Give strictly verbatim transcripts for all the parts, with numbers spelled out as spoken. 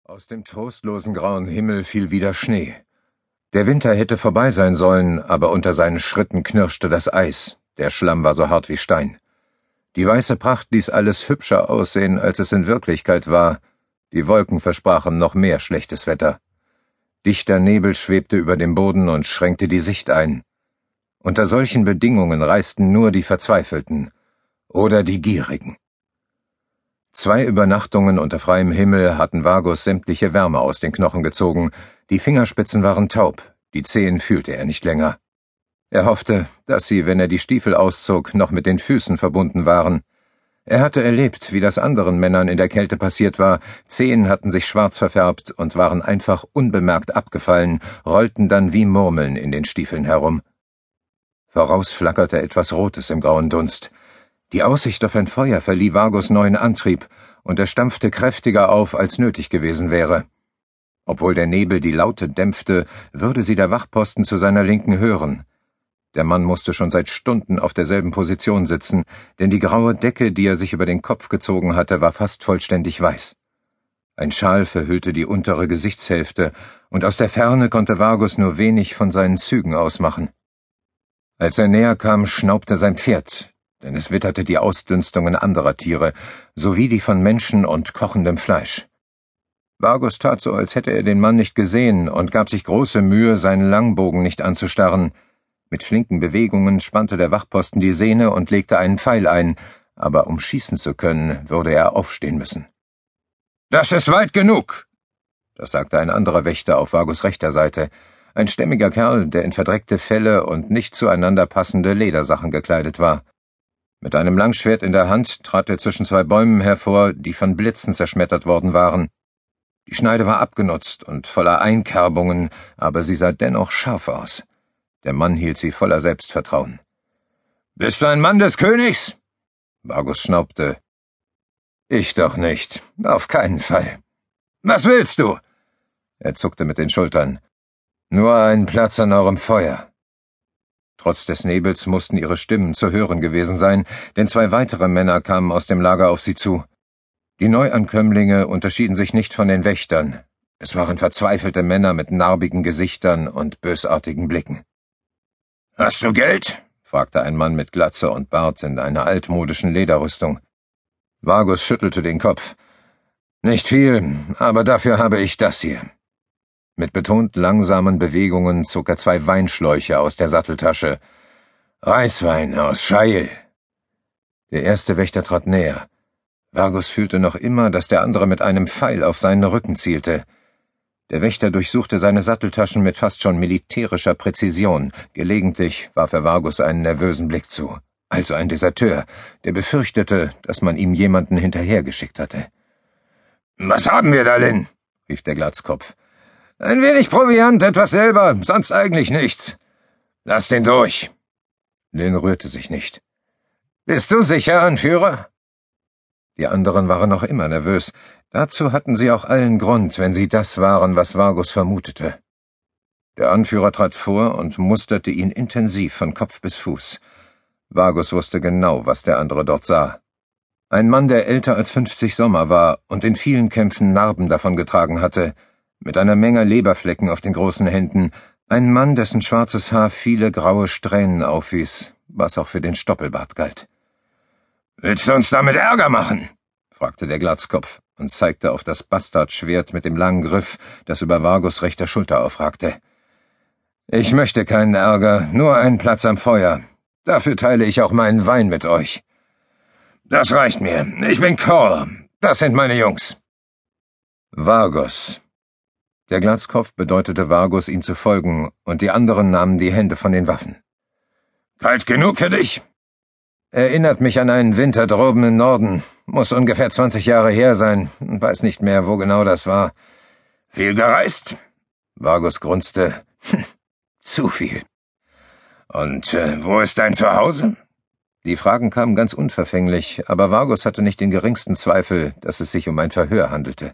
Aus dem trostlosen grauen Himmel fiel wieder Schnee. Der Winter hätte vorbei sein sollen, aber unter seinen Schritten knirschte das Eis, der Schlamm war so hart wie Stein. Die weiße Pracht ließ alles hübscher aussehen, als es in Wirklichkeit war. Die Wolken versprachen noch mehr schlechtes Wetter. Dichter Nebel schwebte über dem Boden und schränkte die Sicht ein. Unter solchen Bedingungen reisten nur die Verzweifelten oder die Gierigen. Zwei Übernachtungen unter freiem Himmel hatten Vargus sämtliche Wärme aus den Knochen gezogen, die Fingerspitzen waren taub, die Zehen fühlte er nicht länger. Er hoffte, dass sie, wenn er die Stiefel auszog, noch mit den Füßen verbunden waren. Er hatte erlebt, wie das anderen Männern in der Kälte passiert war, Zehen hatten sich schwarz verfärbt und waren einfach unbemerkt abgefallen, rollten dann wie Murmeln in den Stiefeln herum. Voraus flackerte etwas Rotes im grauen Dunst. Die Aussicht auf ein Feuer verlieh Vargus neuen Antrieb, und er stampfte kräftiger auf, als nötig gewesen wäre. Obwohl der Nebel die Laute dämpfte, würde sie der Wachposten zu seiner Linken hören. Der Mann musste schon seit Stunden auf derselben Position sitzen, denn die graue Decke, die er sich über den Kopf gezogen hatte, war fast vollständig weiß. Ein Schal verhüllte die untere Gesichtshälfte, und aus der Ferne konnte Vargus nur wenig von seinen Zügen ausmachen. Als er näher kam, schnaubte sein Pferd, denn es witterte die Ausdünstungen anderer Tiere, sowie die von Menschen und kochendem Fleisch. Vargus tat so, als hätte er den Mann nicht gesehen und gab sich große Mühe, seinen Langbogen nicht anzustarren. Mit flinken Bewegungen spannte der Wachposten die Sehne und legte einen Pfeil ein, aber um schießen zu können, würde er aufstehen müssen. »Das ist weit genug«, das sagte ein anderer Wächter auf Vargus' rechter Seite, ein stämmiger Kerl, der in verdreckte Felle und nicht zueinander passende Ledersachen gekleidet war. Mit einem Langschwert in der Hand trat er zwischen zwei Bäumen hervor, die von Blitzen zerschmettert worden waren. Die Schneide war abgenutzt und voller Einkerbungen, aber sie sah dennoch scharf aus. Der Mann hielt sie voller Selbstvertrauen. »Bist du ein Mann des Königs?« Vargus schnaubte. »Ich doch nicht. Auf keinen Fall.« »Was willst du?« Er zuckte mit den Schultern. »Nur einen Platz an eurem Feuer.« Trotz des Nebels mussten ihre Stimmen zu hören gewesen sein, denn zwei weitere Männer kamen aus dem Lager auf sie zu. Die Neuankömmlinge unterschieden sich nicht von den Wächtern. Es waren verzweifelte Männer mit narbigen Gesichtern und bösartigen Blicken. »Hast du Geld?« fragte ein Mann mit Glatze und Bart in einer altmodischen Lederrüstung. Vargus schüttelte den Kopf. »Nicht viel, aber dafür habe ich das hier.« Mit betont langsamen Bewegungen zog er zwei Weinschläuche aus der Satteltasche. »Reiswein aus Scheil.« Der erste Wächter trat näher. Vargus fühlte noch immer, dass der andere mit einem Pfeil auf seinen Rücken zielte. Der Wächter durchsuchte seine Satteltaschen mit fast schon militärischer Präzision. Gelegentlich warf er Vargus einen nervösen Blick zu. Also ein Deserteur, der befürchtete, dass man ihm jemanden hinterhergeschickt hatte. »Was haben wir da, Lin?« rief der Glatzkopf. »Ein wenig Proviant, etwas selber, sonst eigentlich nichts.« »Lass den durch.« Lin rührte sich nicht. »Bist du sicher, Anführer?« Die anderen waren noch immer nervös. Dazu hatten sie auch allen Grund, wenn sie das waren, was Vargus vermutete. Der Anführer trat vor und musterte ihn intensiv von Kopf bis Fuß. Vargus wusste genau, was der andere dort sah. Ein Mann, der älter als fünfzig Sommer war und in vielen Kämpfen Narben davongetragen hatte, mit einer Menge Leberflecken auf den großen Händen, ein Mann, dessen schwarzes Haar viele graue Strähnen aufwies, was auch für den Stoppelbart galt. »Willst du uns damit Ärger machen?« fragte der Glatzkopf und zeigte auf das Bastardschwert mit dem langen Griff, das über Vargus' rechter Schulter aufragte. »Ich möchte keinen Ärger, nur einen Platz am Feuer. Dafür teile ich auch meinen Wein mit euch.« »Das reicht mir. Ich bin Call. Das sind meine Jungs.« »Vargus.« Der Glatzkopf bedeutete Vargus, ihm zu folgen, und die anderen nahmen die Hände von den Waffen. »Kalt genug für dich?« »Erinnert mich an einen Winter droben im Norden. Muss ungefähr zwanzig Jahre her sein. Weiß nicht mehr, wo genau das war.« »Viel gereist?« Vargus grunzte. Hm, »Zu viel.« »Und äh, wo ist dein Zuhause?« Die Fragen kamen ganz unverfänglich, aber Vargus hatte nicht den geringsten Zweifel, dass es sich um ein Verhör handelte.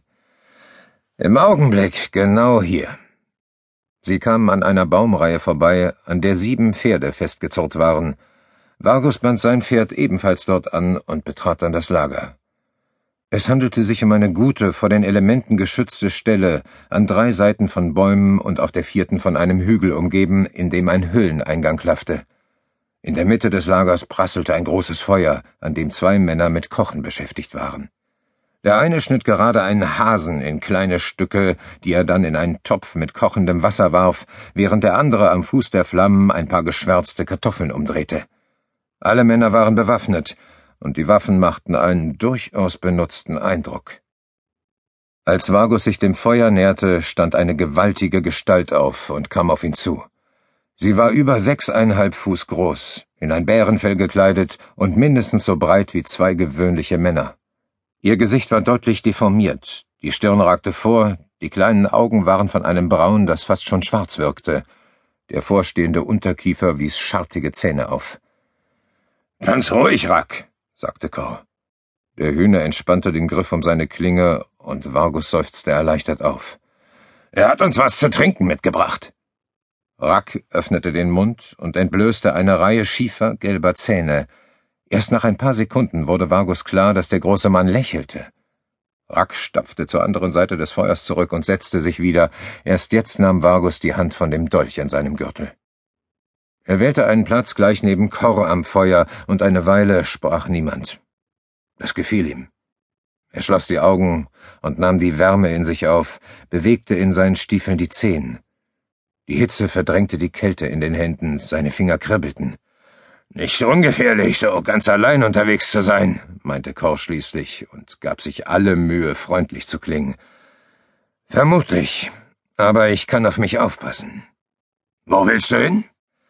»Im Augenblick genau hier.« Sie kamen an einer Baumreihe vorbei, an der sieben Pferde festgezurrt waren. Vargus band sein Pferd ebenfalls dort an und betrat dann das Lager. Es handelte sich um eine gute, vor den Elementen geschützte Stelle, an drei Seiten von Bäumen und auf der vierten von einem Hügel umgeben, in dem ein Höhleneingang klaffte. In der Mitte des Lagers prasselte ein großes Feuer, an dem zwei Männer mit Kochen beschäftigt waren. Der eine schnitt gerade einen Hasen in kleine Stücke, die er dann in einen Topf mit kochendem Wasser warf, während der andere am Fuß der Flammen ein paar geschwärzte Kartoffeln umdrehte. Alle Männer waren bewaffnet, und die Waffen machten einen durchaus benutzten Eindruck. Als Vargus sich dem Feuer näherte, stand eine gewaltige Gestalt auf und kam auf ihn zu. Sie war über sechseinhalb Fuß groß, in ein Bärenfell gekleidet und mindestens so breit wie zwei gewöhnliche Männer. Ihr Gesicht war deutlich deformiert, die Stirn ragte vor, die kleinen Augen waren von einem Braun, das fast schon schwarz wirkte. Der vorstehende Unterkiefer wies schartige Zähne auf. »Ganz ruhig, Rack«, sagte Kor. Der Hühner entspannte den Griff um seine Klinge, und Vargus seufzte erleichtert auf. »Er hat uns was zu trinken mitgebracht.« Rack öffnete den Mund und entblößte eine Reihe schiefer, gelber Zähne. Erst nach ein paar Sekunden wurde Vargus klar, dass der große Mann lächelte. Rack stapfte zur anderen Seite des Feuers zurück und setzte sich wieder. Erst jetzt nahm Vargus die Hand von dem Dolch an seinem Gürtel. Er wählte einen Platz gleich neben Kor am Feuer, und eine Weile sprach niemand. Das gefiel ihm. Er schloss die Augen und nahm die Wärme in sich auf, bewegte in seinen Stiefeln die Zehen. Die Hitze verdrängte die Kälte in den Händen, seine Finger kribbelten. »Nicht ungefährlich, so ganz allein unterwegs zu sein«, meinte Kor schließlich und gab sich alle Mühe, freundlich zu klingen. »Vermutlich, aber ich kann auf mich aufpassen.« »Wo willst du hin?«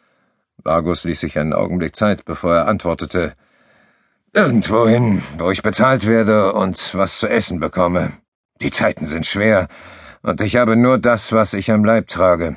Vargus ließ sich einen Augenblick Zeit, bevor er antwortete. »Irgendwohin, wo ich bezahlt werde und was zu essen bekomme. Die Zeiten sind schwer, und ich habe nur das, was ich am Leib trage.«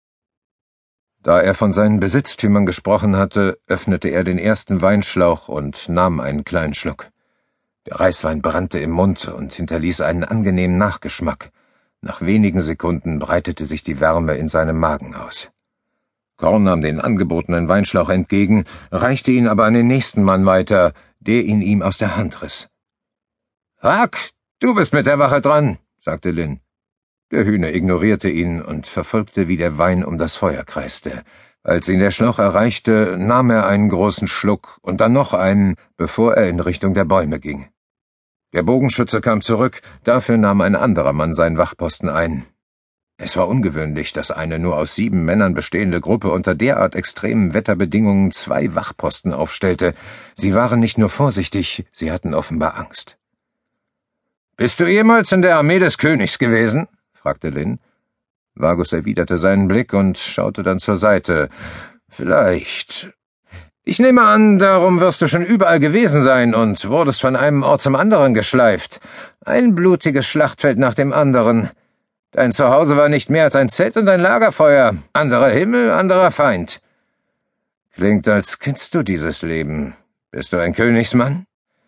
Da er von seinen Besitztümern gesprochen hatte, öffnete er den ersten Weinschlauch und nahm einen kleinen Schluck. Der Reiswein brannte im Mund und hinterließ einen angenehmen Nachgeschmack. Nach wenigen Sekunden breitete sich die Wärme in seinem Magen aus. Kor nahm den angebotenen Weinschlauch entgegen, reichte ihn aber an den nächsten Mann weiter, der ihn ihm aus der Hand riss. »Rack, du bist mit der Wache dran«, sagte Lin. Der Hühner ignorierte ihn und verfolgte, wie der Wein um das Feuer kreiste. Als ihn der Schlauch erreichte, nahm er einen großen Schluck und dann noch einen, bevor er in Richtung der Bäume ging. Der Bogenschütze kam zurück, dafür nahm ein anderer Mann seinen Wachposten ein. Es war ungewöhnlich, dass eine nur aus sieben Männern bestehende Gruppe unter derart extremen Wetterbedingungen zwei Wachposten aufstellte. Sie waren nicht nur vorsichtig, sie hatten offenbar Angst. »Bist du jemals in der Armee des Königs gewesen?« fragte Lin. Vargus erwiderte seinen Blick und schaute dann zur Seite. »Vielleicht. Ich nehme an, darum wirst du schon überall gewesen sein und wurdest von einem Ort zum anderen geschleift. Ein blutiges Schlachtfeld nach dem anderen. Dein Zuhause war nicht mehr als ein Zelt und ein Lagerfeuer. Anderer Himmel, anderer Feind. Klingt, als kennst du dieses Leben. Bist du ein Königsmann?«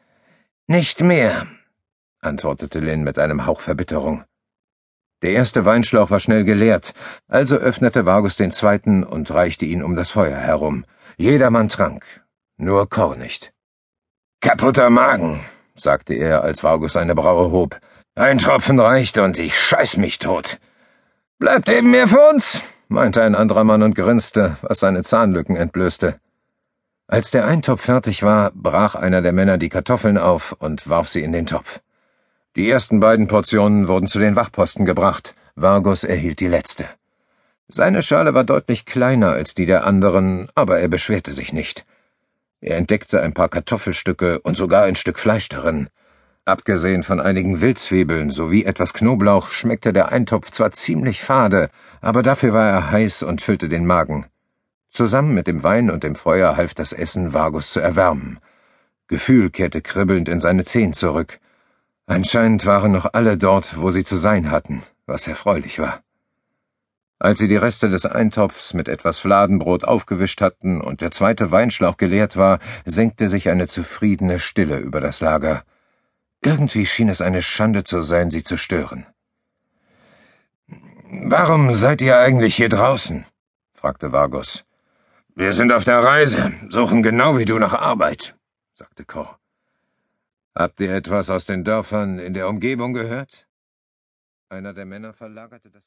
»Nicht mehr«, antwortete Lin mit einem Hauch Verbitterung. Der erste Weinschlauch war schnell geleert, also öffnete Vargus den zweiten und reichte ihn um das Feuer herum. Jedermann trank, nur Kor nicht. »Kaputter Magen«, sagte er, als Vargus seine Braue hob. »Ein Tropfen reicht und ich scheiß mich tot.« »Bleibt eben mehr für uns«, meinte ein anderer Mann und grinste, was seine Zahnlücken entblößte. Als der Eintopf fertig war, brach einer der Männer die Kartoffeln auf und warf sie in den Topf. Die ersten beiden Portionen wurden zu den Wachposten gebracht. Vargus erhielt die letzte. Seine Schale war deutlich kleiner als die der anderen, aber er beschwerte sich nicht. Er entdeckte ein paar Kartoffelstücke und sogar ein Stück Fleisch darin. Abgesehen von einigen Wildzwiebeln sowie etwas Knoblauch schmeckte der Eintopf zwar ziemlich fade, aber dafür war er heiß und füllte den Magen. Zusammen mit dem Wein und dem Feuer half das Essen, Vargus zu erwärmen. Gefühl kehrte kribbelnd in seine Zehen zurück. Anscheinend waren noch alle dort, wo sie zu sein hatten, was erfreulich war. Als sie die Reste des Eintopfs mit etwas Fladenbrot aufgewischt hatten und der zweite Weinschlauch geleert war, senkte sich eine zufriedene Stille über das Lager. Irgendwie schien es eine Schande zu sein, sie zu stören. »Warum seid ihr eigentlich hier draußen?« fragte Vargus. »Wir sind auf der Reise, suchen genau wie du nach Arbeit«, sagte Kor. Habt ihr etwas aus den Dörfern in der Umgebung gehört? Einer der Männer verlagerte das